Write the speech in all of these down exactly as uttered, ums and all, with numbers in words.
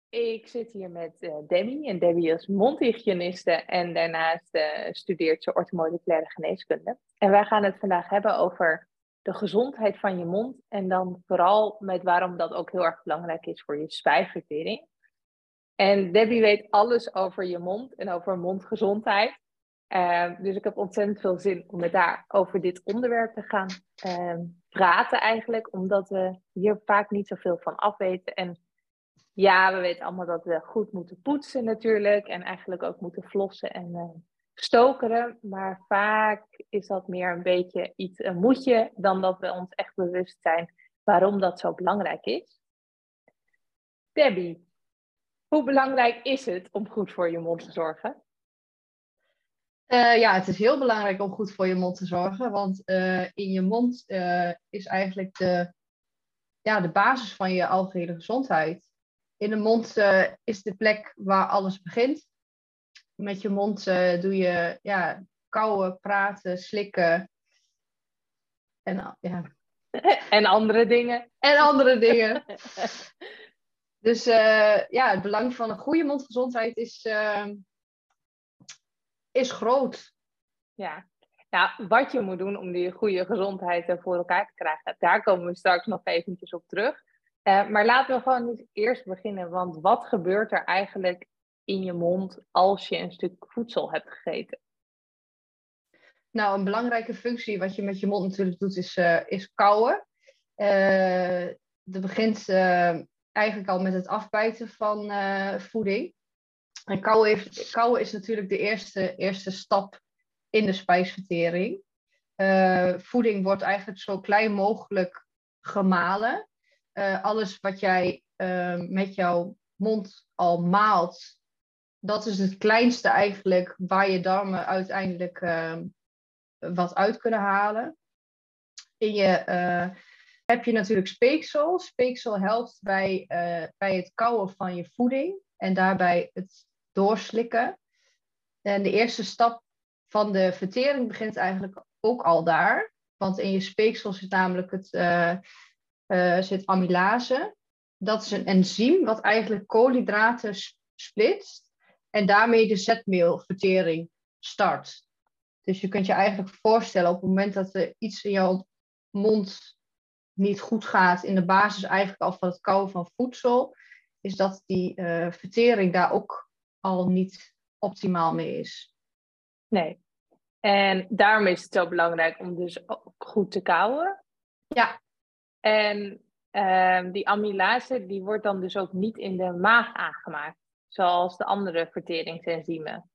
Ik zit hier met eh, Debbie en Debbie is mondhygiëniste en daarnaast eh, studeert ze orthomoleculaire geneeskunde. En wij gaan het vandaag hebben over de gezondheid van je mond en dan vooral met waarom dat ook heel erg belangrijk is voor je spijsvertering. En Debbie weet alles over je mond en over mondgezondheid. Uh, dus ik heb ontzettend veel zin om met haar over dit onderwerp te gaan uh, praten eigenlijk, omdat we hier vaak niet zoveel van afweten. En ja, we weten allemaal dat we goed moeten poetsen natuurlijk en eigenlijk ook moeten flossen en uh, stokeren. Maar vaak is dat meer een beetje iets een moedje dan dat we ons echt bewust zijn waarom dat zo belangrijk is. Debbie, hoe belangrijk is het om goed voor je mond te zorgen? Uh, ja, het is heel belangrijk om goed voor je mond te zorgen, want uh, in je mond uh, is eigenlijk de, ja, de basis van je algehele gezondheid. In de mond uh, is de plek waar alles begint. Met je mond uh, doe je ja, kauwen, praten, slikken en, ja. en andere dingen. En andere dingen. Dus uh, ja, het belang van een goede mondgezondheid is... Uh, is groot. Ja, nou, wat je moet doen om die goede gezondheid voor elkaar te krijgen, daar komen we straks nog eventjes op terug. Uh, maar laten we gewoon eens eerst beginnen, want wat gebeurt er eigenlijk in je mond als je een stuk voedsel hebt gegeten? Nou, een belangrijke functie wat je met je mond natuurlijk doet is, uh, is kauwen. Uh, dat begint uh, eigenlijk al met het afbijten van uh, voeding. En kauwen, heeft, kauwen is natuurlijk de eerste, eerste stap in de spijsvertering. Uh, voeding wordt eigenlijk zo klein mogelijk gemalen. Uh, alles wat jij uh, met jouw mond al maalt, dat is het kleinste eigenlijk waar je darmen uiteindelijk uh, wat uit kunnen halen. In je, uh, heb je natuurlijk speeksel. Speeksel helpt bij, uh, bij het kauwen van je voeding en daarbij het doorslikken. En de eerste stap van de vertering begint eigenlijk ook al daar. Want in je speeksel zit namelijk het uh, uh, zit amylase. Dat is een enzym wat eigenlijk koolhydraten splitst. En daarmee de zetmeelvertering start. Dus je kunt je eigenlijk voorstellen op het moment dat er iets in jouw mond niet goed gaat. In de basis eigenlijk al van het kauwen van voedsel. Is dat die uh, vertering daar ook al niet optimaal mee is. Nee. En daarom is het zo belangrijk om dus ook goed te kauwen. Ja. En uh, die amylase die wordt dan dus ook niet in de maag aangemaakt. Zoals de andere verteringsenzymen.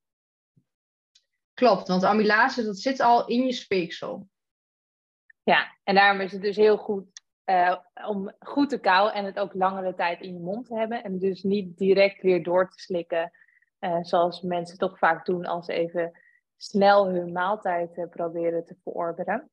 Klopt, want amylase dat zit al in je speeksel. Ja, en daarom is het dus heel goed uh, om goed te kauwen en het ook langere tijd in je mond te hebben. En dus niet direct weer door te slikken. Uh, zoals mensen toch vaak doen als ze even snel hun maaltijd uh, proberen te verorberen.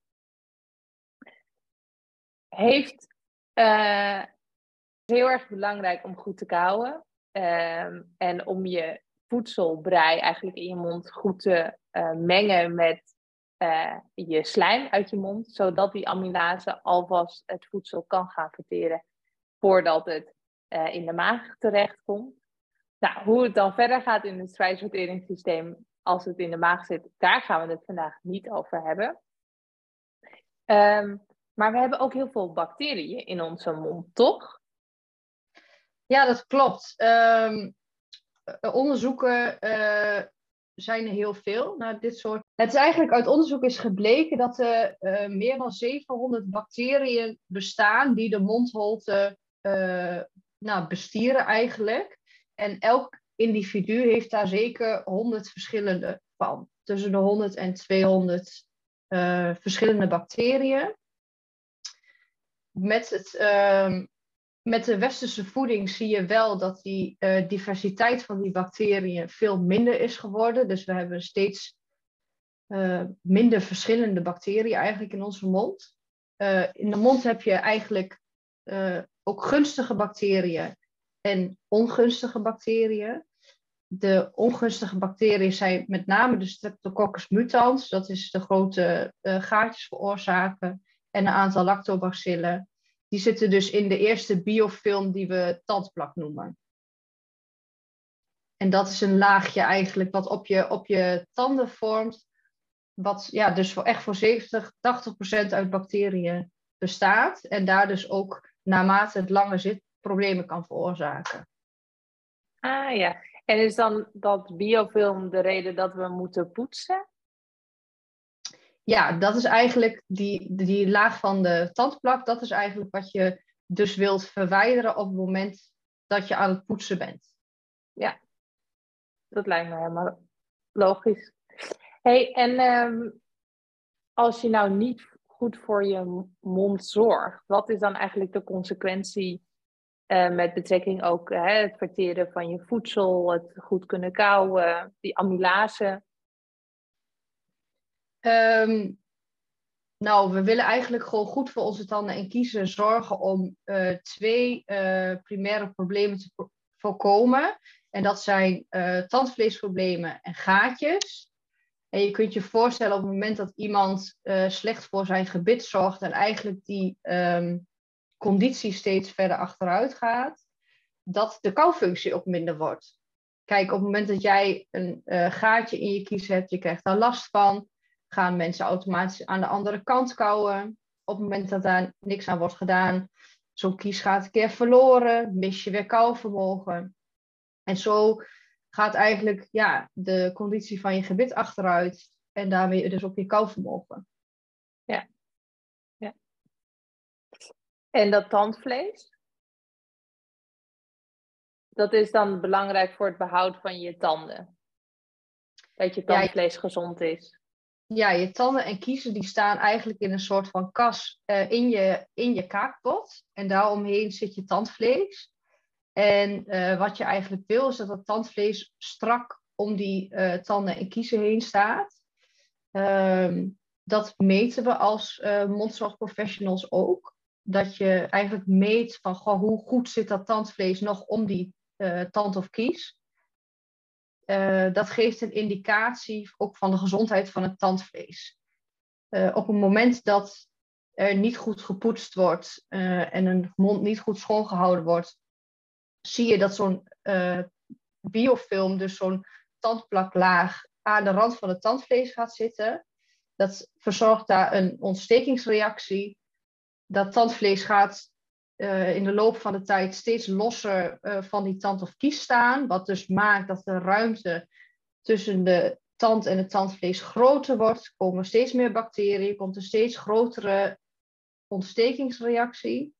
Heeft uh, het is heel erg belangrijk om goed te kauwen. Uh, en om je voedselbrei eigenlijk in je mond goed te uh, mengen met uh, je slijm uit je mond. Zodat die amylase alvast het voedsel kan gaan verteren voordat het uh, in de maag terechtkomt. Nou, hoe het dan verder gaat in het spijsverteringssysteem als het in de maag zit, daar gaan we het vandaag niet over hebben. Um, maar we hebben ook heel veel bacteriën in onze mond, toch? Ja, dat klopt. Um, onderzoeken uh, zijn er heel veel naar dit soort. Het is eigenlijk uit onderzoek is gebleken dat er uh, meer dan zevenhonderd bacteriën bestaan die de mondholte uh, nou, bestieren eigenlijk. En elk individu heeft daar zeker honderd verschillende van. Tussen de honderd en tweehonderd uh, verschillende bacteriën. Met, het, uh, met de westerse voeding zie je wel dat die uh, diversiteit van die bacteriën veel minder is geworden. Dus we hebben steeds uh, minder verschillende bacteriën eigenlijk in onze mond. Uh, in de mond heb je eigenlijk uh, ook gunstige bacteriën en ongunstige bacteriën. De ongunstige bacteriën zijn met name de Streptococcus mutans. Dat is de grote uh, gaatjes veroorzaken. En een aantal lactobacillen. Die zitten dus in de eerste biofilm die we tandplak noemen. En dat is een laagje eigenlijk wat op je, op je tanden vormt. Wat ja, dus voor echt voor zeventig, tachtig procent uit bacteriën bestaat. En daar dus ook naarmate het langer zit problemen kan veroorzaken. Ah ja, en is dan dat biofilm de reden dat we moeten poetsen? Ja, dat is eigenlijk die, die laag van de tandplak. Dat is eigenlijk wat je dus wilt verwijderen op het moment dat je aan het poetsen bent. Ja, dat lijkt me helemaal logisch. Hey, en um, als je nou niet goed voor je mond zorgt, wat is dan eigenlijk de consequentie uh, met betrekking ook uh, het verteren van je voedsel, het goed kunnen kauwen, die amylase? Um, nou, we willen eigenlijk gewoon goed voor onze tanden en kiezen zorgen om uh, twee uh, primaire problemen te pro- voorkomen. En dat zijn uh, tandvleesproblemen en gaatjes. En je kunt je voorstellen op het moment dat iemand uh, slecht voor zijn gebit zorgt en eigenlijk die um, conditie steeds verder achteruit gaat, dat de kauwfunctie ook minder wordt. Kijk, op het moment dat jij een uh, gaatje in je kies hebt, je krijgt daar last van, gaan mensen automatisch aan de andere kant kauwen. Op het moment dat daar niks aan wordt gedaan, zo'n kies gaat een keer verloren, mis je weer kauwvermogen. En zo gaat eigenlijk ja, de conditie van je gebit achteruit en daarmee dus ook je kauwvermogen. Ja. Ja. En dat tandvlees? Dat is dan belangrijk voor het behoud van je tanden. Dat je tandvlees ja, gezond is. Ja, je tanden en kiezen die staan eigenlijk in een soort van kas uh, in, je, in je kaakpot. En daaromheen zit je tandvlees. En uh, wat je eigenlijk wil is dat het tandvlees strak om die uh, tanden en kiezen heen staat. Um, dat meten we als uh, mondzorgprofessionals ook. Dat je eigenlijk meet van goh, hoe goed zit dat tandvlees nog om die uh, tand of kies. Uh, dat geeft een indicatie ook van de gezondheid van het tandvlees. Uh, op het moment dat er niet goed gepoetst wordt uh, en een mond niet goed schoongehouden wordt, zie je dat zo'n uh, biofilm, dus zo'n tandplaklaag, aan de rand van het tandvlees gaat zitten. Dat verzorgt daar een ontstekingsreactie. Dat tandvlees gaat uh, in de loop van de tijd steeds losser uh, van die tand of kies staan. Wat dus maakt dat de ruimte tussen de tand en het tandvlees groter wordt. Er komen steeds meer bacteriën, komt een steeds grotere ontstekingsreactie.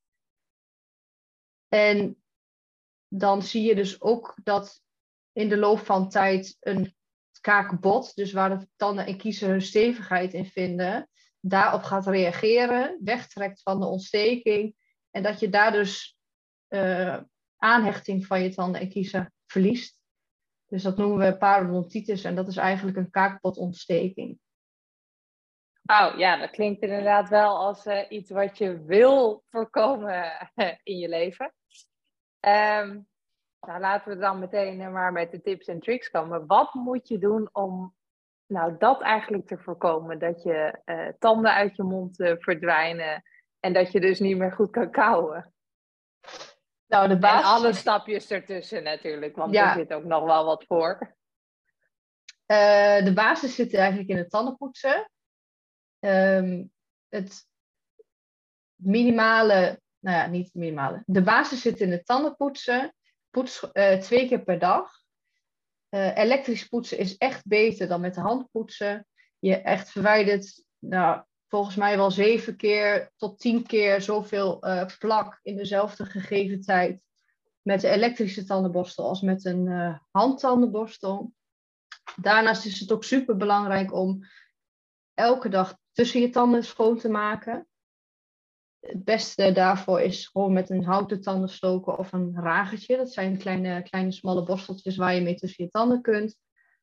En dan zie je dus ook dat in de loop van tijd een kaakbot, dus waar de tanden en kiezen hun stevigheid in vinden, daarop gaat reageren, wegtrekt van de ontsteking en dat je daar dus uh, aanhechting van je tanden en kiezen verliest. Dus dat noemen we parodontitis en dat is eigenlijk een kaakpotontsteking. Oh ja, dat klinkt inderdaad wel als uh, iets wat je wil voorkomen in je leven. Um, nou, laten we dan meteen maar met de tips en tricks komen. Wat moet je doen om nou, dat eigenlijk te voorkomen? Dat je uh, tanden uit je mond uh, verdwijnen en dat je dus niet meer goed kan kauwen. Nou, de basis... En alle stapjes ertussen natuurlijk, want ja. Er zit ook nog wel wat voor. Uh, de basis zit eigenlijk in het tandenpoetsen. Um, het minimale, nou ja, niet het minimale. De basis zit in het tandenpoetsen. Poets uh, twee keer per dag. Uh, elektrisch poetsen is echt beter dan met de hand poetsen. Je echt verwijdert, nou, volgens mij wel zeven keer tot tien keer zoveel uh, plak in dezelfde gegeven tijd met de elektrische tandenborstel als met een uh, handtandenborstel. Daarnaast is het ook super belangrijk om elke dag tussen je tanden schoon te maken. Het beste daarvoor is gewoon met een houten tandenstoker of een ragertje. Dat zijn kleine, kleine smalle borsteltjes waar je mee tussen je tanden kunt.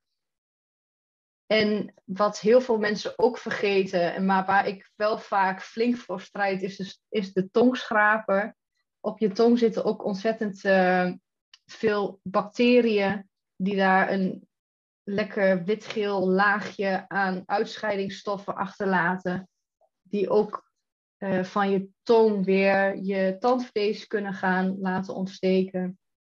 En wat heel veel mensen ook vergeten, maar waar ik wel vaak flink voor strijd, is de, is de tongschraper. Op je tong zitten ook ontzettend uh, veel bacteriën die daar een lekker witgeel laagje aan uitscheidingsstoffen achterlaten. Die ook uh, van je tong weer je tandvlees kunnen gaan laten ontsteken.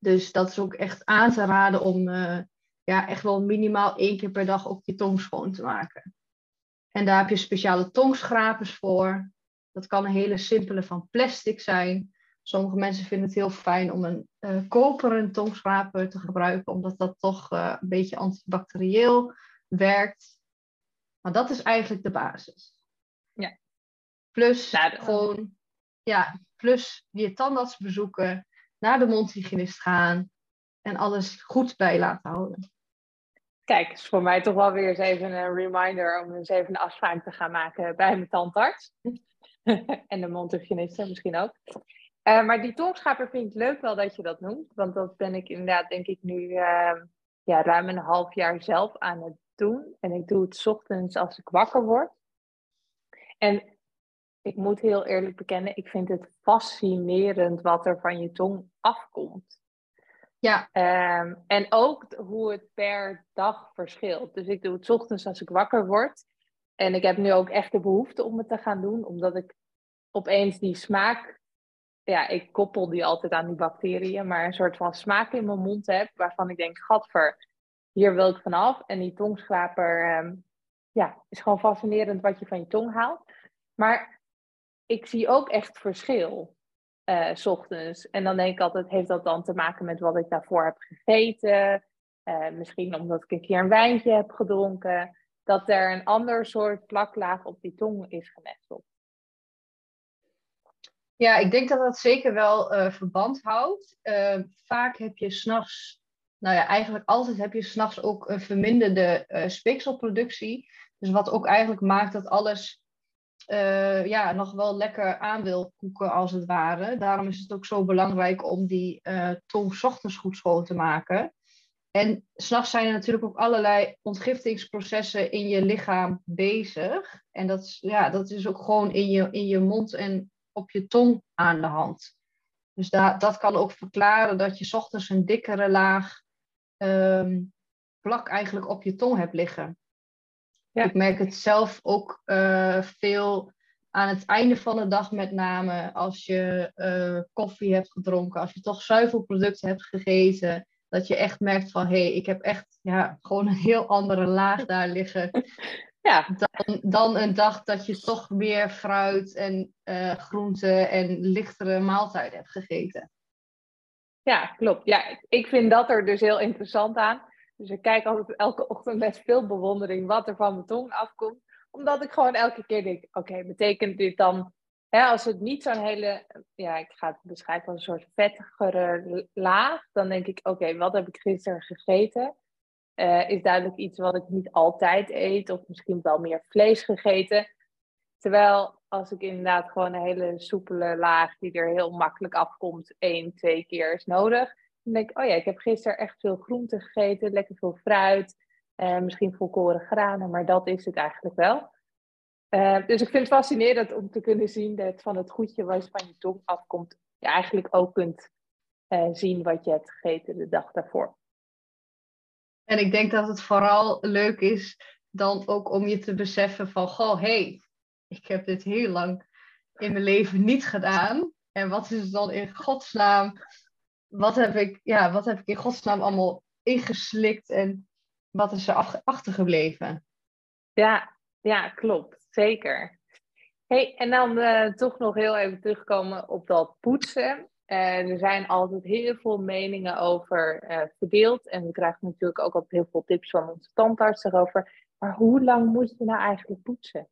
Dus dat is ook echt aan te raden om uh, ja, echt wel minimaal één keer per dag ook je tong schoon te maken. En daar heb je speciale tongschrapers voor. Dat kan een hele simpele van plastic zijn. Sommige mensen vinden het heel fijn om een uh, koperen tongschraper te gebruiken, omdat dat toch uh, een beetje antibacterieel werkt. Maar dat is eigenlijk de basis. Ja. Plus nou, de... gewoon, ja, plus je tandarts bezoeken, naar de mondhygiënist gaan en alles goed bij laten houden. Kijk, het is voor mij toch wel weer eens even een reminder om eens even een afspraak te gaan maken bij mijn tandarts. En de mondhygiëniste misschien ook. Uh, maar die tongschraper vind ik leuk wel dat je dat noemt. Want dat ben ik inderdaad, denk ik, nu uh, ja, ruim een half jaar zelf aan het doen. En ik doe het 's ochtends als ik wakker word. En ik moet heel eerlijk bekennen, ik vind het fascinerend wat er van je tong afkomt. Ja. Um, en ook hoe het per dag verschilt. Dus ik doe het 's ochtends als ik wakker word. En ik heb nu ook echt de behoefte om het te gaan doen. Omdat ik opeens die smaak... Ja, ik koppel die altijd aan die bacteriën. Maar een soort van smaak in mijn mond heb. Waarvan ik denk, gadver, hier wil ik vanaf. En die tongschraper... Um, ja, is gewoon fascinerend wat je van je tong haalt. Maar ik zie ook echt verschil. Uh, 's ochtends. En dan denk ik altijd, heeft dat dan te maken met wat ik daarvoor heb gegeten? Uh, misschien omdat ik een keer een wijntje heb gedronken. Dat er een ander soort plaklaag op die tong is genesteld. Ja, ik denk dat dat zeker wel uh, verband houdt. Uh, vaak heb je 's nachts, nou ja, eigenlijk altijd heb je 's nachts ook een verminderde uh, speekselproductie. Dus wat ook eigenlijk maakt dat alles uh, ja, nog wel lekker aan wil koeken als het ware. Daarom is het ook zo belangrijk om die uh, tong 's ochtends goed schoon te maken. En 's nachts zijn er natuurlijk ook allerlei ontgiftingsprocessen in je lichaam bezig. En dat is, ja, dat is ook gewoon in je, in je mond en op je tong aan de hand. Dus da- dat kan ook verklaren dat je 's ochtends een dikkere laag um, plak eigenlijk op je tong hebt liggen. Ja. Ik merk het zelf ook uh, veel aan het einde van de dag, met name als je uh, koffie hebt gedronken, als je toch zuivelproducten hebt gegeten, dat je echt merkt van, hé, hey, ik heb echt ja, gewoon een heel andere laag daar liggen. Ja. Dan, dan een dag dat je toch meer fruit en uh, groenten en lichtere maaltijden hebt gegeten. Ja, klopt. Ja, ik vind dat er dus heel interessant aan. Dus ik kijk altijd elke ochtend met veel bewondering wat er van mijn tong afkomt. Omdat ik gewoon elke keer denk, oké, okay, betekent dit dan... Hè, als het niet zo'n hele... Ja, ik ga het beschrijven als een soort vettigere laag. Dan denk ik, oké, okay, wat heb ik gisteren gegeten? Uh, is duidelijk iets wat ik niet altijd eet. Of misschien wel meer vlees gegeten. Terwijl als ik inderdaad gewoon een hele soepele laag die er heel makkelijk afkomt, één, twee keer is nodig. Dan denk ik, oh ja, ik heb gisteren echt veel groenten gegeten, lekker veel fruit, uh, misschien volkoren granen, maar dat is het eigenlijk wel. Uh, dus ik vind het fascinerend om te kunnen zien dat van het goedje wat van je tong afkomt, je eigenlijk ook kunt uh, zien wat je hebt gegeten de dag daarvoor. En ik denk dat het vooral leuk is dan ook om je te beseffen van, goh, hé, hey, ik heb dit heel lang in mijn leven niet gedaan. En wat is dan in godsnaam, wat heb ik, ja, wat heb ik in godsnaam allemaal ingeslikt en wat is er ach- achtergebleven? Ja, ja, klopt. Zeker. Hey, en dan uh, toch nog heel even terugkomen op dat poetsen. Uh, er zijn altijd heel veel meningen over uh, verdeeld. En we krijgen natuurlijk ook altijd heel veel tips van onze tandarts erover. Maar hoe lang moet je nou eigenlijk poetsen?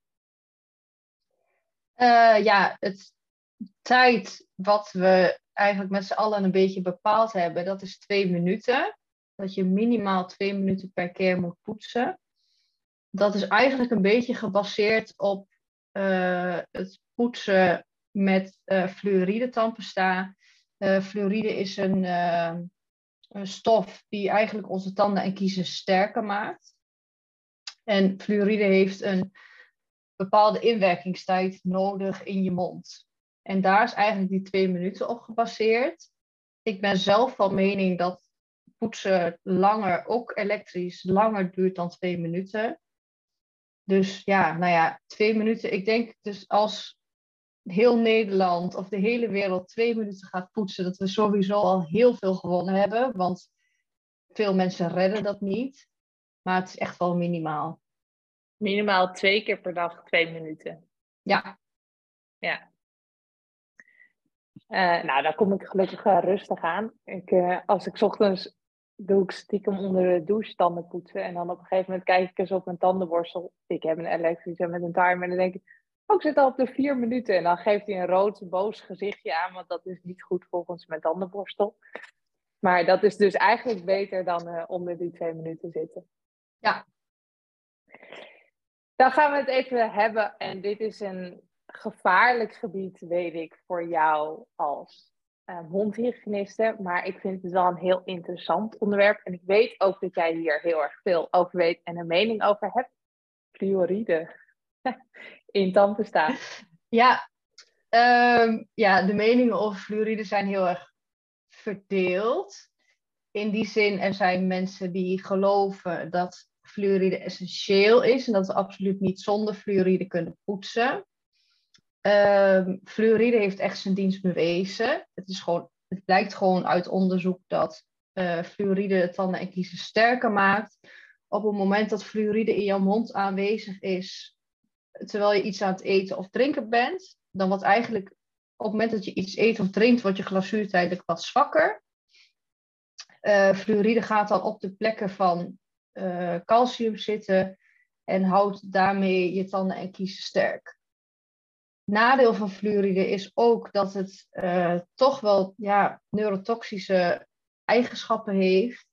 Uh, ja, het tijd wat we eigenlijk met z'n allen een beetje bepaald hebben, dat is twee minuten. Dat je minimaal twee minuten per keer moet poetsen. Dat is eigenlijk een beetje gebaseerd op uh, het poetsen met uh, fluoride tandpasta. Uh, fluoride is een, uh, een stof die eigenlijk onze tanden en kiezen sterker maakt. En fluoride heeft een bepaalde inwerkingstijd nodig in je mond. En daar is eigenlijk die twee minuten op gebaseerd. Ik ben zelf van mening dat poetsen langer, ook elektrisch, langer duurt dan twee minuten. Dus ja, nou ja, twee minuten. Ik denk dus als heel Nederland of de hele wereld twee minuten gaat poetsen, dat we sowieso al heel veel gewonnen hebben. Want veel mensen redden dat niet. Maar het is echt wel minimaal. Minimaal twee keer per dag twee minuten. Ja. Ja. Uh, nou, daar kom ik gelukkig uh, rustig aan. Ik, uh, als ik 's ochtends doe ik stiekem onder de douche tanden poetsen. En dan op een gegeven moment kijk ik eens op mijn tandenborstel. Ik heb een elektrische met een timer. En dan denk ik, oh, ik zit al op de vier minuten. En dan geeft hij een rood, boos gezichtje aan. Want dat is niet goed volgens mijn tandenborstel. Maar dat is dus eigenlijk beter dan uh, onder die twee minuten zitten. Ja. Dan gaan we het even hebben. En dit is een gevaarlijk gebied, weet ik, voor jou als uh, mondhygiëniste. Maar ik vind het wel een heel interessant onderwerp. En ik weet ook dat jij hier heel erg veel over weet en een mening over hebt. Fluoride in tandpasta. Ja, um, ja, de meningen over fluoride zijn heel erg verdeeld. In die zin, er zijn mensen die geloven dat fluoride essentieel is en dat we absoluut niet zonder fluoride kunnen poetsen. Um, fluoride heeft echt zijn dienst bewezen. Het, is gewoon, het blijkt gewoon uit onderzoek dat uh, fluoride de tanden en kiezen sterker maakt. Op het moment dat fluoride in jouw mond aanwezig is, terwijl je iets aan het eten of drinken bent, dan wordt eigenlijk op het moment dat je iets eet of drinkt, wordt je glazuur tijdelijk wat zwakker. Uh, fluoride gaat dan op de plekken van uh, calcium zitten en houdt daarmee je tanden en kiezen sterk. Nadeel van fluoride is ook dat het uh, toch wel ja, neurotoxische eigenschappen heeft.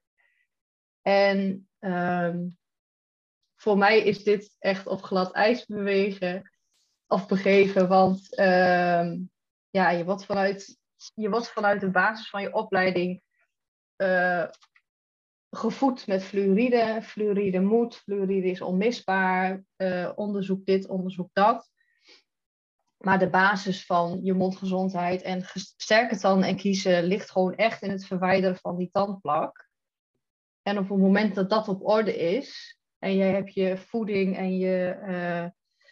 En um, voor mij is dit echt op glad ijs bewegen of begeven, want um, ja, je wordt vanuit, je wordt vanuit de basis van je opleiding uh, gevoed met fluoride. Fluoride moet, fluoride is onmisbaar, uh, onderzoek dit, onderzoek dat. Maar de basis van je mondgezondheid en sterke tanden en kiezen ligt gewoon echt in het verwijderen van die tandplak. En op het moment dat dat op orde is en jij hebt je voeding en je uh,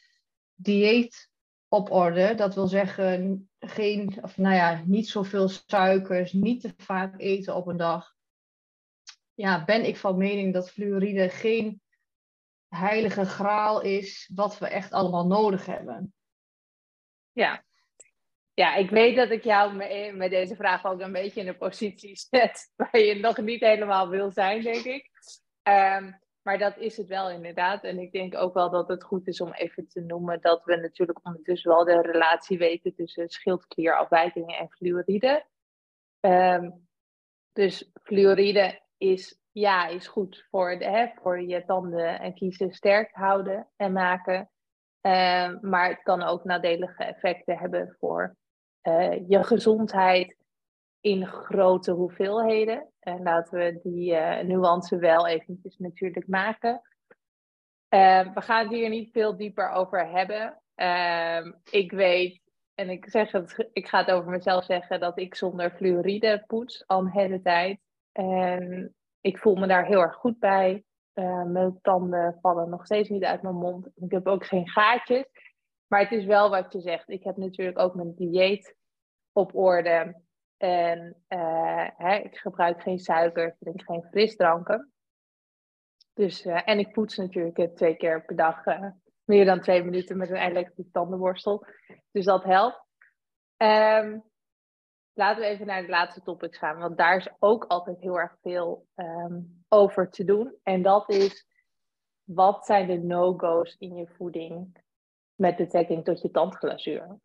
dieet op orde, dat wil zeggen geen, of nou ja, niet zoveel suikers, niet te vaak eten op een dag. Ja, ben ik van mening dat fluoride geen heilige graal is wat we echt allemaal nodig hebben. Ja. Ja, ik weet dat ik jou met deze vraag ook een beetje in een positie zet waar je nog niet helemaal wil zijn, denk ik. Um, maar dat is het wel inderdaad. En ik denk ook wel dat het goed is om even te noemen dat we natuurlijk ondertussen wel de relatie weten tussen schildklierafwijkingen en fluoride. Um, dus fluoride is, ja, is goed voor, de, hè, voor je tanden en kiezen sterk houden en maken. Um, maar het kan ook nadelige effecten hebben voor uh, je gezondheid in grote hoeveelheden. En laten we die uh, nuance wel eventjes natuurlijk maken. Uh, we gaan het hier niet veel dieper over hebben. Uh, ik weet, en ik, zeg het, ik ga het over mezelf zeggen, dat ik zonder fluoride poets al een hele tijd. En ik voel me daar heel erg goed bij. Uh, mijn tanden vallen nog steeds niet uit mijn mond. Ik heb ook geen gaatjes. Maar het is wel wat je zegt. Ik heb natuurlijk ook mijn dieet op orde. En uh, hè, ik gebruik geen suiker. Ik drink geen frisdranken. Dus, uh, en ik poets natuurlijk uh, twee keer per dag. Uh, meer dan twee minuten met een elektrische tandenborstel. Dus dat helpt. Um, Laten we even naar de laatste topics gaan. Want daar is ook altijd heel erg veel um, over te doen. En dat is, wat zijn de no-go's in je voeding met betrekking tot je tandglazuur?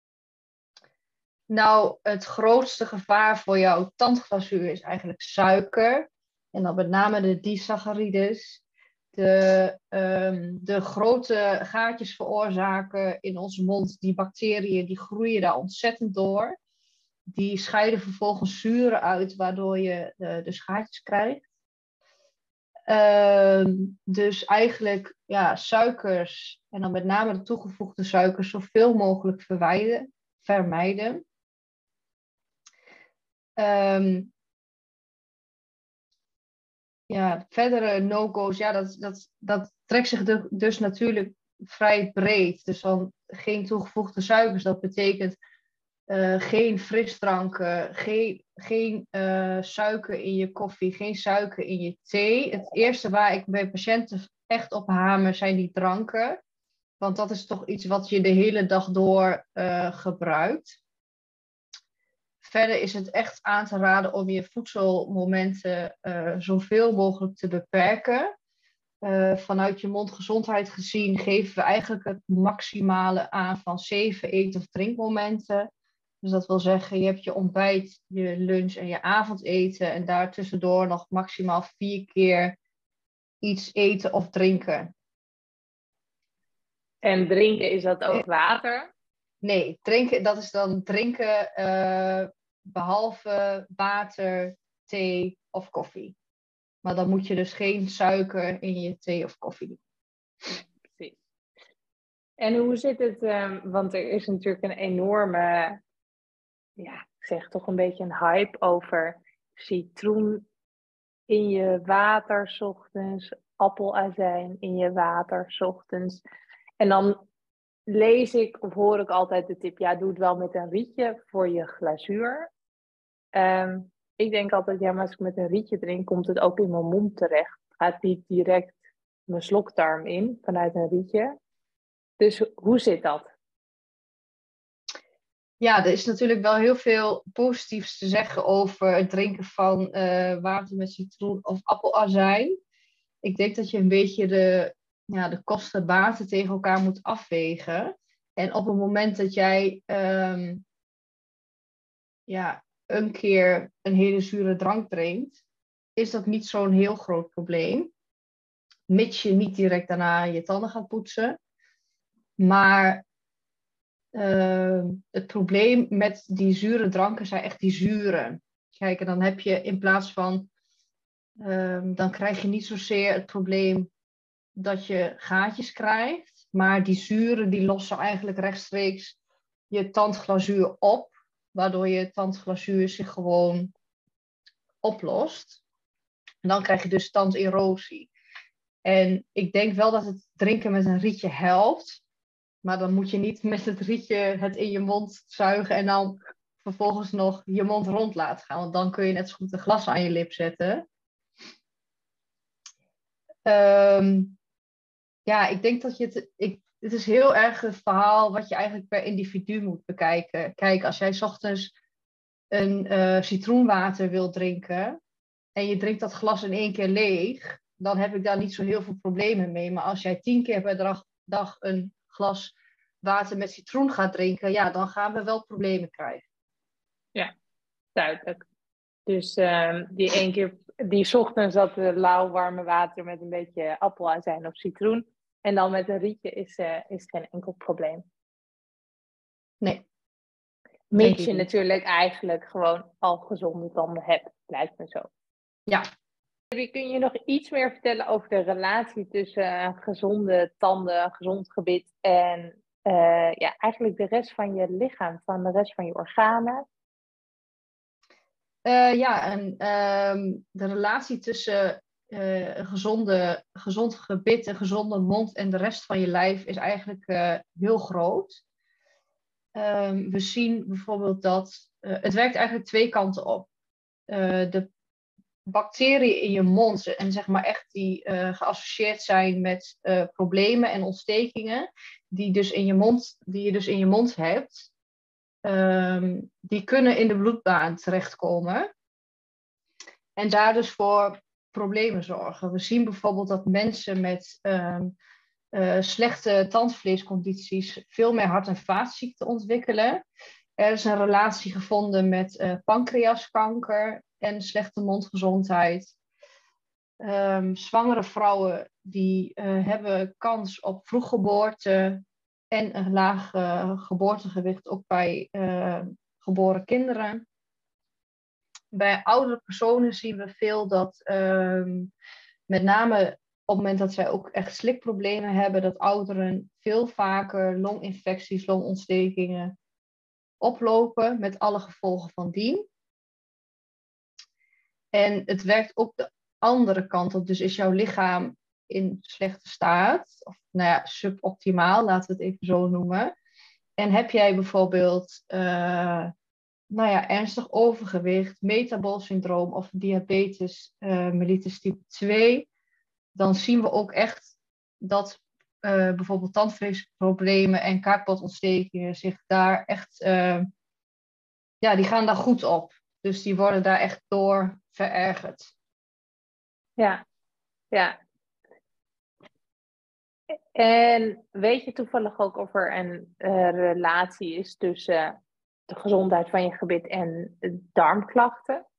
Nou, het grootste gevaar voor jouw tandglazuur is eigenlijk suiker. En dan met name de disaccharides. De, um, de grote gaatjes veroorzaken in onze mond. Die bacteriën die groeien daar ontzettend door. Die scheiden vervolgens zuren uit, waardoor je de, de gaatjes krijgt. Um, dus eigenlijk ja, suikers, en dan met name de toegevoegde suikers, zoveel mogelijk verwijden, vermijden. Um, ja, verdere no-go's, ja, dat, dat, dat trekt zich dus natuurlijk vrij breed. Dus dan geen toegevoegde suikers. Dat betekent uh, geen frisdranken, geen, geen uh, suiker in je koffie, geen suiker in je thee. Het eerste waar ik bij patiënten echt op hamer zijn die dranken. Want dat is toch iets wat je de hele dag door uh, gebruikt. Verder is het echt aan te raden om je voedselmomenten uh, zoveel mogelijk te beperken. Uh, vanuit je mondgezondheid gezien geven we eigenlijk het maximale aan van zeven eet- of drinkmomenten. Dus dat wil zeggen, je hebt je ontbijt, je lunch en je avondeten. En daartussendoor nog maximaal vier keer iets eten of drinken. En drinken, is dat ook water? Nee, drinken, dat is dan drinken uh, behalve water, thee of koffie. Maar dan moet je dus geen suiker in je thee of koffie doen. Precies. En hoe zit het, um, want er is natuurlijk een enorme, ja, ik zeg toch een beetje een hype over citroen in je water 's ochtends, appelazijn in je water 's ochtends. En dan lees ik of hoor ik altijd de tip, ja, doe het wel met een rietje voor je glazuur. Um, ik denk altijd, ja, maar als ik met een rietje drink, komt het ook in mijn mond terecht. Het gaat niet direct mijn slokdarm in, vanuit een rietje. Dus hoe zit dat? Ja, er is natuurlijk wel heel veel positiefs te zeggen over het drinken van uh, water met citroen of appelazijn. Ik denk dat je een beetje de, ja, de kosten-baten tegen elkaar moet afwegen. En op het moment dat jij um, ja, een keer een hele zure drank drinkt, is dat niet zo'n heel groot probleem. Mits je niet direct daarna je tanden gaat poetsen. Maar uh, het probleem met die zure dranken zijn echt die zuren. Kijk, en dan heb je in plaats van... Uh, dan krijg je niet zozeer het probleem dat je gaatjes krijgt. Maar die zuren die lossen eigenlijk rechtstreeks je tandglazuur op. Waardoor je tandglazuur zich gewoon oplost. En dan krijg je dus tanderosie. En ik denk wel dat het drinken met een rietje helpt. Maar dan moet je niet met het rietje het in je mond zuigen en dan vervolgens nog je mond rond laten gaan. Want dan kun je net zo goed een glas aan je lip zetten. Um, ja, ik denk dat je het... Ik, het is heel erg het verhaal wat je eigenlijk per individu moet bekijken. Kijk, als jij 's ochtends een uh, citroenwater wil drinken en je drinkt dat glas in één keer leeg, dan heb ik daar niet zo heel veel problemen mee. Maar als jij tien keer per dag, dag een glas water met citroen gaat drinken, ja, dan gaan we wel problemen krijgen. Ja, duidelijk. Dus uh, die één keer, die 's ochtends dat uh, lauw warme water met een beetje appelazijn of citroen. En dan met een rietje is, uh, is geen enkel probleem. Nee. Mits je natuurlijk eigenlijk gewoon al gezonde tanden hebt, lijkt me zo. Ja. Kun je nog iets meer vertellen over de relatie tussen uh, gezonde tanden, gezond gebit en uh, ja, eigenlijk de rest van je lichaam, van de rest van je organen? Uh, ja, en um, de relatie tussen uh, een gezonde, gezond gebit, een gezonde mond en de rest van je lijf is eigenlijk uh, heel groot. Um, we zien bijvoorbeeld dat uh, het werkt eigenlijk twee kanten op. Uh, de bacteriën in je mond en zeg maar echt die uh, geassocieerd zijn met uh, problemen en ontstekingen, die, dus in je mond, die je dus in je mond hebt, um, die kunnen in de bloedbaan terechtkomen en daar dus voor problemen zorgen. We zien bijvoorbeeld dat mensen met um, uh, slechte tandvleescondities veel meer hart- en vaatziekten ontwikkelen. Er is een relatie gevonden met uh, pancreaskanker en slechte mondgezondheid. Um, zwangere vrouwen die uh, hebben kans op vroeggeboorte en een laag uh, geboortegewicht ook bij uh, geboren kinderen. Bij oudere personen zien we veel dat um, met name op het moment dat zij ook echt slikproblemen hebben, dat ouderen veel vaker longinfecties, longontstekingen oplopen met alle gevolgen van dien. En het werkt ook de andere kant op. Dus is jouw lichaam in slechte staat. Of nou ja, suboptimaal, laten we het even zo noemen. En heb jij bijvoorbeeld uh, nou ja, ernstig overgewicht, metabool syndroom of diabetes uh, mellitus type twee, dan zien we ook echt dat uh, bijvoorbeeld tandvleesproblemen en kaakbotontstekingen zich daar echt, uh, ja, die gaan daar goed op. Dus die worden daar echt door verergerd. Ja, ja. En weet je toevallig ook of er een uh, relatie is tussen de gezondheid van je gebit en darmklachten?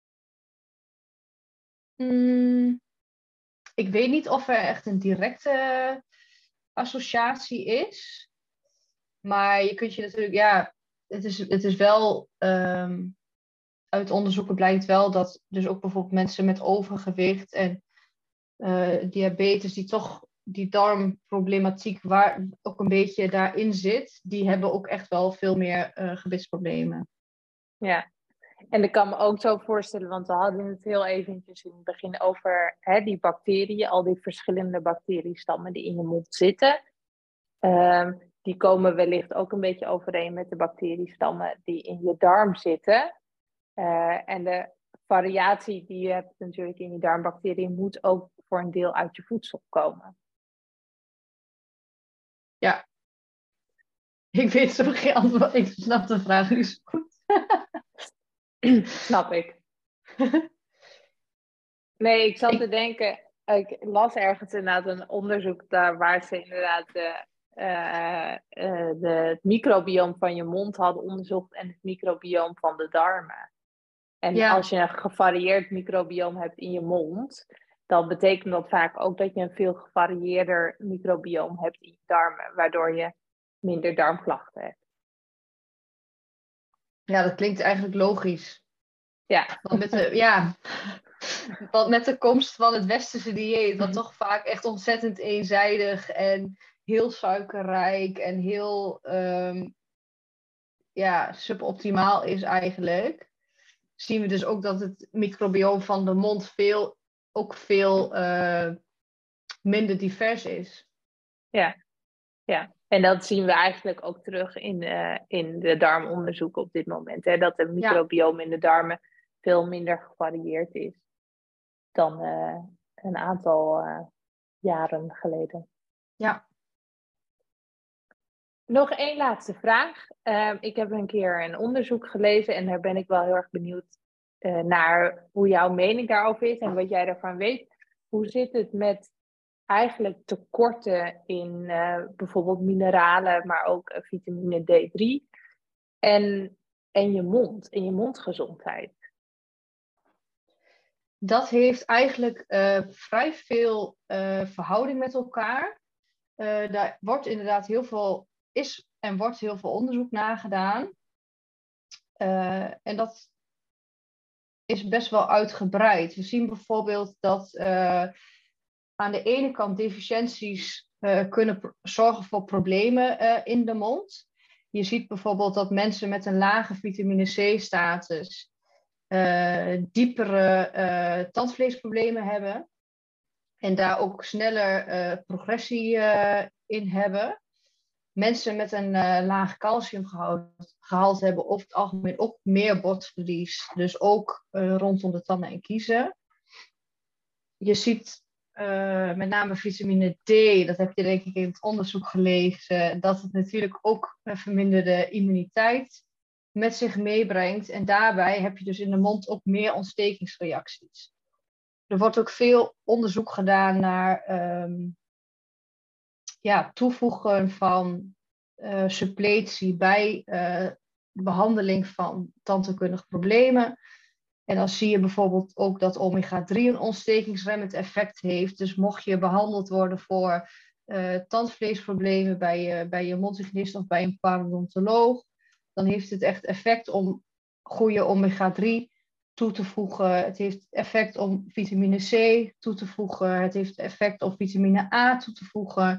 Hmm, ik weet niet of er echt een directe associatie is. Maar je kunt je natuurlijk, ja, het is, het is wel, um, uit onderzoeken blijkt wel dat dus ook bijvoorbeeld mensen met overgewicht en uh, diabetes, die toch die darmproblematiek waar ook een beetje daarin zit, die hebben ook echt wel veel meer uh, gebitsproblemen. Ja, en ik kan me ook zo voorstellen, want we hadden het heel eventjes in het begin over hè, die bacteriën, al die verschillende bacteriestammen die in je mond zitten. Um, die komen wellicht ook een beetje overeen met de bacteriestammen die in je darm zitten. Uh, en de variatie die je hebt natuurlijk in je darmbacteriën moet ook voor een deel uit je voedsel komen. Ja, ik weet zo geen antwoord. Ik snap de vraag niet zo goed. Snap ik. Nee, ik zat ik... te denken, ik las ergens inderdaad een onderzoek daar waar ze inderdaad de, uh, uh, de, het microbioom van je mond hadden onderzocht en het microbioom van de darmen. En ja. Als je een gevarieerd microbioom hebt in je mond, dan betekent dat vaak ook dat je een veel gevarieerder microbioom hebt in je darmen, waardoor je minder darmklachten hebt. Ja, dat klinkt eigenlijk logisch. Ja. Want met de, ja, want met de komst van het westerse dieet, wat toch vaak echt ontzettend eenzijdig en heel suikerrijk en heel um, ja, suboptimaal is eigenlijk, zien we dus ook dat het microbioom van de mond veel, ook veel uh, minder divers is. Ja, ja. En dat zien we eigenlijk ook terug in, uh, in de darmonderzoeken op dit moment. Hè? Dat het microbioom ja. in de darmen veel minder gevarieerd is dan uh, een aantal uh, jaren geleden. Ja. Nog één laatste vraag. Uh, ik heb een keer een onderzoek gelezen en daar ben ik wel heel erg benieuwd uh, naar hoe jouw mening daarover is en wat jij daarvan weet. Hoe zit het met eigenlijk tekorten in uh, bijvoorbeeld mineralen, maar ook uh, vitamine D drie en, en je mond, en je mondgezondheid? Dat heeft eigenlijk uh, vrij veel uh, verhouding met elkaar. Uh, daar wordt inderdaad heel veel, is en wordt heel veel onderzoek naar gedaan. Uh, en dat is best wel uitgebreid. We zien bijvoorbeeld dat uh, aan de ene kant deficiënties uh, kunnen pro- zorgen voor problemen uh, in de mond. Je ziet bijvoorbeeld dat mensen met een lage vitamine C-status uh, diepere uh, tandvleesproblemen hebben. En daar ook sneller uh, progressie uh, in hebben. Mensen met een uh, laag calciumgehalte hebben over het algemeen ook meer botverlies. Dus ook uh, rondom de tanden en kiezen. Je ziet uh, met name vitamine D, dat heb je denk ik in het onderzoek gelezen, dat het natuurlijk ook een verminderde immuniteit met zich meebrengt. En daarbij heb je dus in de mond ook meer ontstekingsreacties. Er wordt ook veel onderzoek gedaan naar um, ja, toevoegen van uh, suppletie bij uh, behandeling van tandheelkundige problemen. En dan zie je bijvoorbeeld ook dat omega drie een ontstekingsremmend effect heeft. Dus mocht je behandeld worden voor uh, tandvleesproblemen bij je, bij je mondhygiënist of bij een parodontoloog, dan heeft het echt effect om goede omega drie toe te voegen. Het heeft effect om vitamine C toe te voegen. Het heeft effect om vitamine A toe te voegen.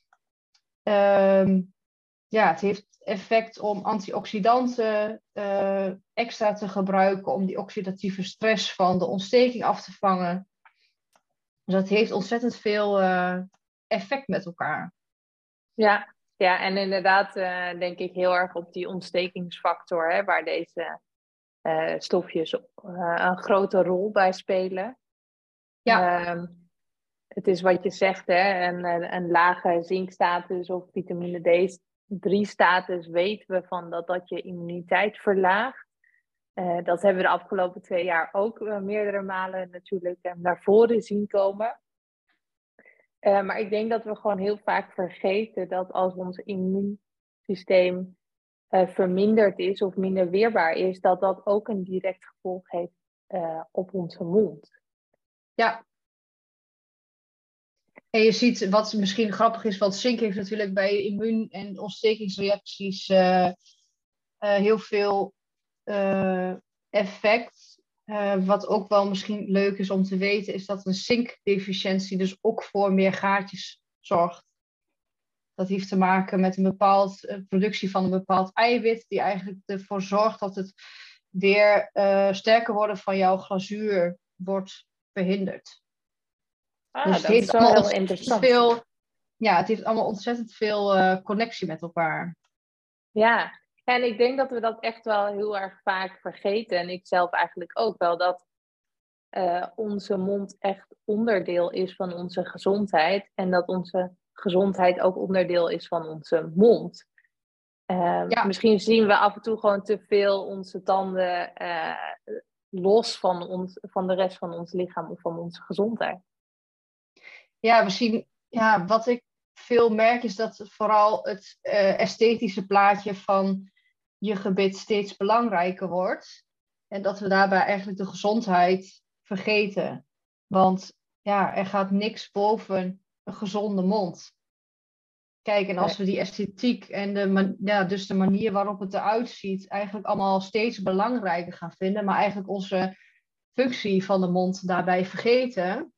Um, ja, het heeft effect om antioxidanten uh, extra te gebruiken om die oxidatieve stress van de ontsteking af te vangen. Dus dat heeft ontzettend veel uh, effect met elkaar. Ja, ja, en inderdaad uh, denk ik heel erg op die ontstekingsfactor, hè, waar deze uh, stofjes uh, een grote rol bij spelen. Ja. Uh, het is wat je zegt, hè, een, een lage zinkstatus of vitamine D drie status weten we van dat dat je immuniteit verlaagt. Uh, dat hebben we de afgelopen twee jaar ook uh, meerdere malen natuurlijk uh, naar voren zien komen. Uh, maar ik denk dat we gewoon heel vaak vergeten dat als ons immuunsysteem uh, verminderd is of minder weerbaar is, dat dat ook een direct gevolg heeft uh, op onze mond. Ja. En je ziet, wat misschien grappig is, want zink heeft natuurlijk bij immuun- en ontstekingsreacties uh, uh, heel veel uh, effect. Uh, wat ook wel misschien leuk is om te weten, is dat een zinkdeficiëntie dus ook voor meer gaatjes zorgt. Dat heeft te maken met een bepaald uh, productie van een bepaald eiwit, die eigenlijk ervoor zorgt dat het weer uh, sterker worden van jouw glazuur wordt verhinderd. Ah, dus het dat heeft is wel allemaal heel interessant. veel, ja, het heeft allemaal ontzettend veel uh, connectie met elkaar. Ja, en ik denk dat we dat echt wel heel erg vaak vergeten. En ik zelf eigenlijk ook wel, dat uh, onze mond echt onderdeel is van onze gezondheid. En dat onze gezondheid ook onderdeel is van onze mond. Uh, Ja. Misschien zien we af en toe gewoon te veel onze tanden uh, los van, ons, van de rest van ons lichaam of van onze gezondheid. Ja, misschien, ja, wat ik veel merk is dat vooral het uh, esthetische plaatje van je gebit steeds belangrijker wordt. En dat we daarbij eigenlijk de gezondheid vergeten. Want ja, er gaat niks boven een gezonde mond. Kijk, en als we die esthetiek en de, ja, dus de manier waarop het eruit ziet, eigenlijk allemaal steeds belangrijker gaan vinden, maar eigenlijk onze functie van de mond daarbij vergeten,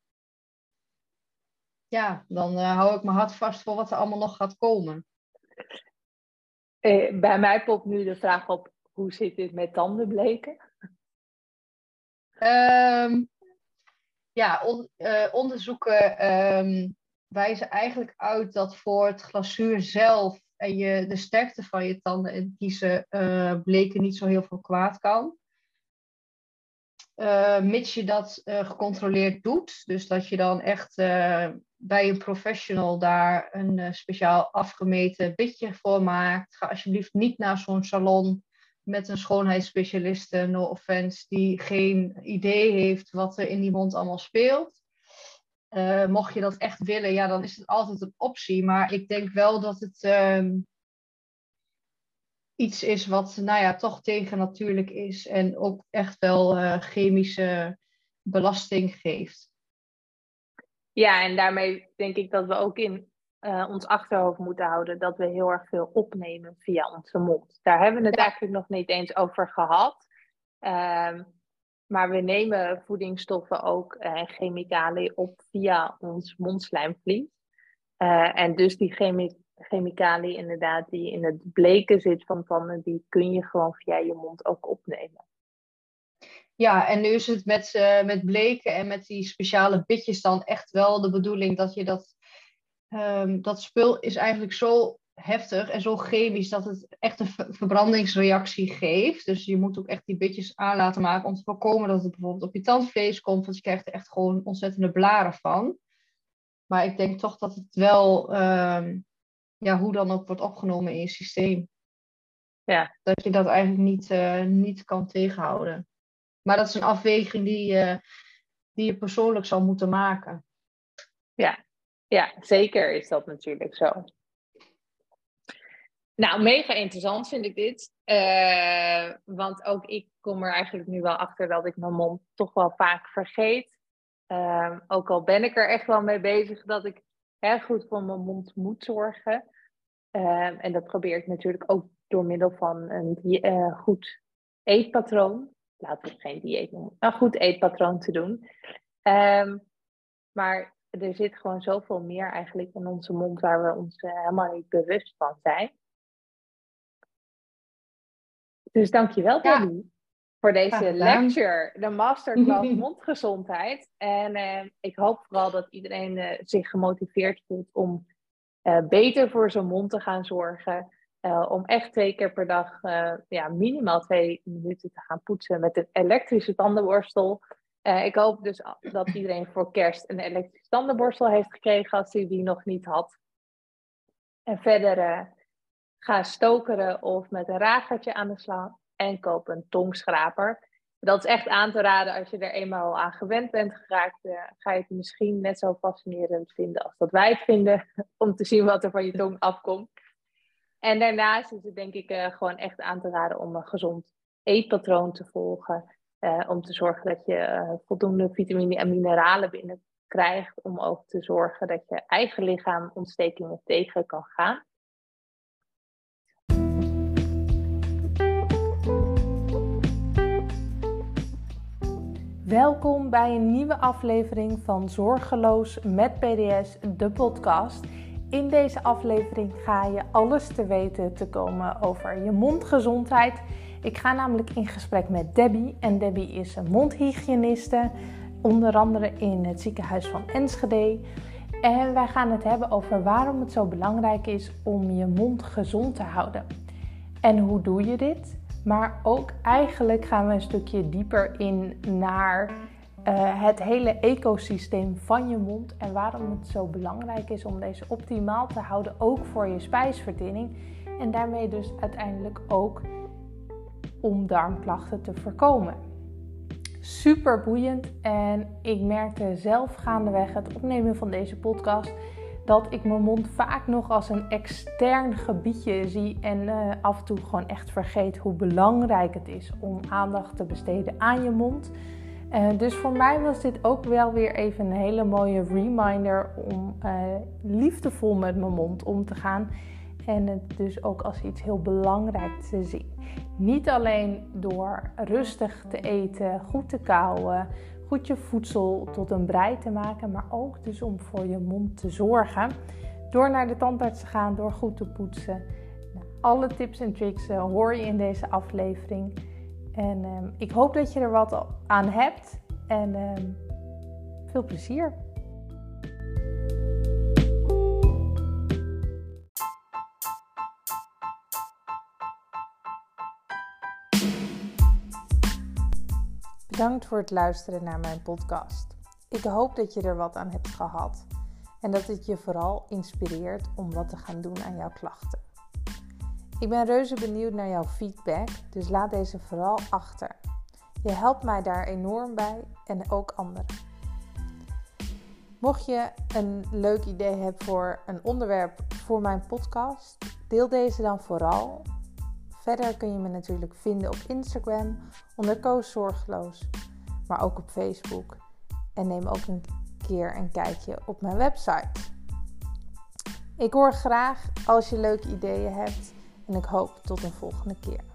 ja, dan uh, hou ik mijn hart vast voor wat er allemaal nog gaat komen. Eh, bij mij popt nu de vraag op, hoe zit dit met tandenbleken? Um, ja, on, uh, onderzoeken um, wijzen eigenlijk uit dat voor het glazuur zelf en je, de sterkte van je tanden en kiezen uh, bleken niet zo heel veel kwaad kan. Uh, mits je dat uh, gecontroleerd doet. Dus dat je dan echt uh, bij een professional daar een uh, speciaal afgemeten bitje voor maakt. Ga alsjeblieft niet naar zo'n salon met een schoonheidsspecialiste, no offense, die geen idee heeft wat er in die mond allemaal speelt. Uh, mocht je dat echt willen, ja, dan is het altijd een optie. Maar ik denk wel dat het uh, iets is wat, nou ja, toch tegennatuurlijk is en ook echt wel uh, chemische belasting geeft. Ja, en daarmee denk ik dat we ook in uh, ons achterhoofd moeten houden dat we heel erg veel opnemen via onze mond. Daar hebben we het ja. eigenlijk nog niet eens over gehad. Um, maar we nemen voedingsstoffen ook en uh, chemicaliën op via ons mondslijmvlies. Uh, en dus die chemi chemicaliën inderdaad die in het bleken zit van tanden, die kun je gewoon via je mond ook opnemen. Ja, en nu is het met, uh, met bleken en met die speciale bitjes dan echt wel de bedoeling dat je dat... Um, dat spul is eigenlijk zo heftig en zo chemisch dat het echt een ver verbrandingsreactie geeft. Dus je moet ook echt die bitjes aan laten maken om te voorkomen dat het bijvoorbeeld op je tandvlees komt. Want je krijgt er echt gewoon ontzettende blaren van. Maar ik denk toch dat het wel, um, ja, hoe dan ook wordt opgenomen in je systeem. Ja. Dat je dat eigenlijk niet, uh, niet kan tegenhouden. Maar dat is een afweging die, uh, die je persoonlijk zal moeten maken. Ja. Ja, zeker is dat natuurlijk zo. Nou, mega interessant vind ik dit. Uh, want ook ik kom er eigenlijk nu wel achter dat ik mijn mond toch wel vaak vergeet. Uh, ook al ben ik er echt wel mee bezig dat ik hè, goed voor mijn mond moet zorgen. Uh, en dat probeer ik natuurlijk ook door middel van een uh, goed eetpatroon. Laten we het geen dieet noemen. Een goed eetpatroon te doen. Uh, maar er zit gewoon zoveel meer eigenlijk in onze mond waar we ons uh, helemaal niet bewust van zijn. Dus dankjewel, Ja, Debbie. voor deze lecture, de masterclass mondgezondheid. En uh, ik hoop vooral dat iedereen uh, zich gemotiveerd voelt om uh, beter voor zijn mond te gaan zorgen. Uh, om echt twee keer per dag, uh, ja, minimaal twee minuten te gaan poetsen met een elektrische tandenborstel. Uh, ik hoop dus dat iedereen voor kerst een elektrische tandenborstel heeft gekregen als hij die nog niet had. En verder uh, ga stokeren of met een ragertje aan de slag. En koop een tongschraper. Dat is echt aan te raden als je er eenmaal aan gewend bent geraakt. Uh, ga je het misschien net zo fascinerend vinden als dat wij het vinden. Om te zien wat er van je tong afkomt. En daarnaast is het denk ik uh, gewoon echt aan te raden om een gezond eetpatroon te volgen. Uh, om te zorgen dat je uh, voldoende vitamine en mineralen binnenkrijgt. Om ook te zorgen dat je eigen lichaam ontstekingen tegen kan gaan. Welkom bij een nieuwe aflevering van Zorgeloos met P D S, de podcast. In deze aflevering ga je alles te weten te komen over je mondgezondheid. Ik ga namelijk in gesprek met Debbie. En Debbie is een mondhygiëniste, onder andere in het ziekenhuis van Enschede. En wij gaan het hebben over waarom het zo belangrijk is om je mond gezond te houden. En hoe doe je dit? Maar ook eigenlijk gaan we een stukje dieper in naar uh, het hele ecosysteem van je mond. En waarom het zo belangrijk is om deze optimaal te houden, ook voor je spijsvertering. En daarmee dus uiteindelijk ook om darmklachten te voorkomen. Super boeiend. En ik merkte zelf gaandeweg het opnemen van deze podcast dat ik mijn mond vaak nog als een extern gebiedje zie en uh, af en toe gewoon echt vergeet hoe belangrijk het is om aandacht te besteden aan je mond. Uh, dus voor mij was dit ook wel weer even een hele mooie reminder om uh, liefdevol met mijn mond om te gaan. En het dus ook als iets heel belangrijks te zien. Niet alleen door rustig te eten, goed te kauwen, goed je voedsel tot een brei te maken, maar ook dus om voor je mond te zorgen. Door naar de tandarts te gaan, door goed te poetsen. Nou, alle tips en tricks uh, hoor je in deze aflevering. En um, ik hoop dat je er wat aan hebt. En um, veel plezier. Bedankt voor het luisteren naar mijn podcast. Ik hoop dat je er wat aan hebt gehad en dat het je vooral inspireert om wat te gaan doen aan jouw klachten. Ik ben reuze benieuwd naar jouw feedback, dus laat deze vooral achter. Je helpt mij daar enorm bij en ook anderen. Mocht je een leuk idee hebben voor een onderwerp voor mijn podcast, deel deze dan vooral. Verder kun je me natuurlijk vinden op Instagram onder Koos Zorgeloos, maar ook op Facebook. En neem ook een keer een kijkje op mijn website. Ik hoor graag als je leuke ideeën hebt en ik hoop tot een volgende keer.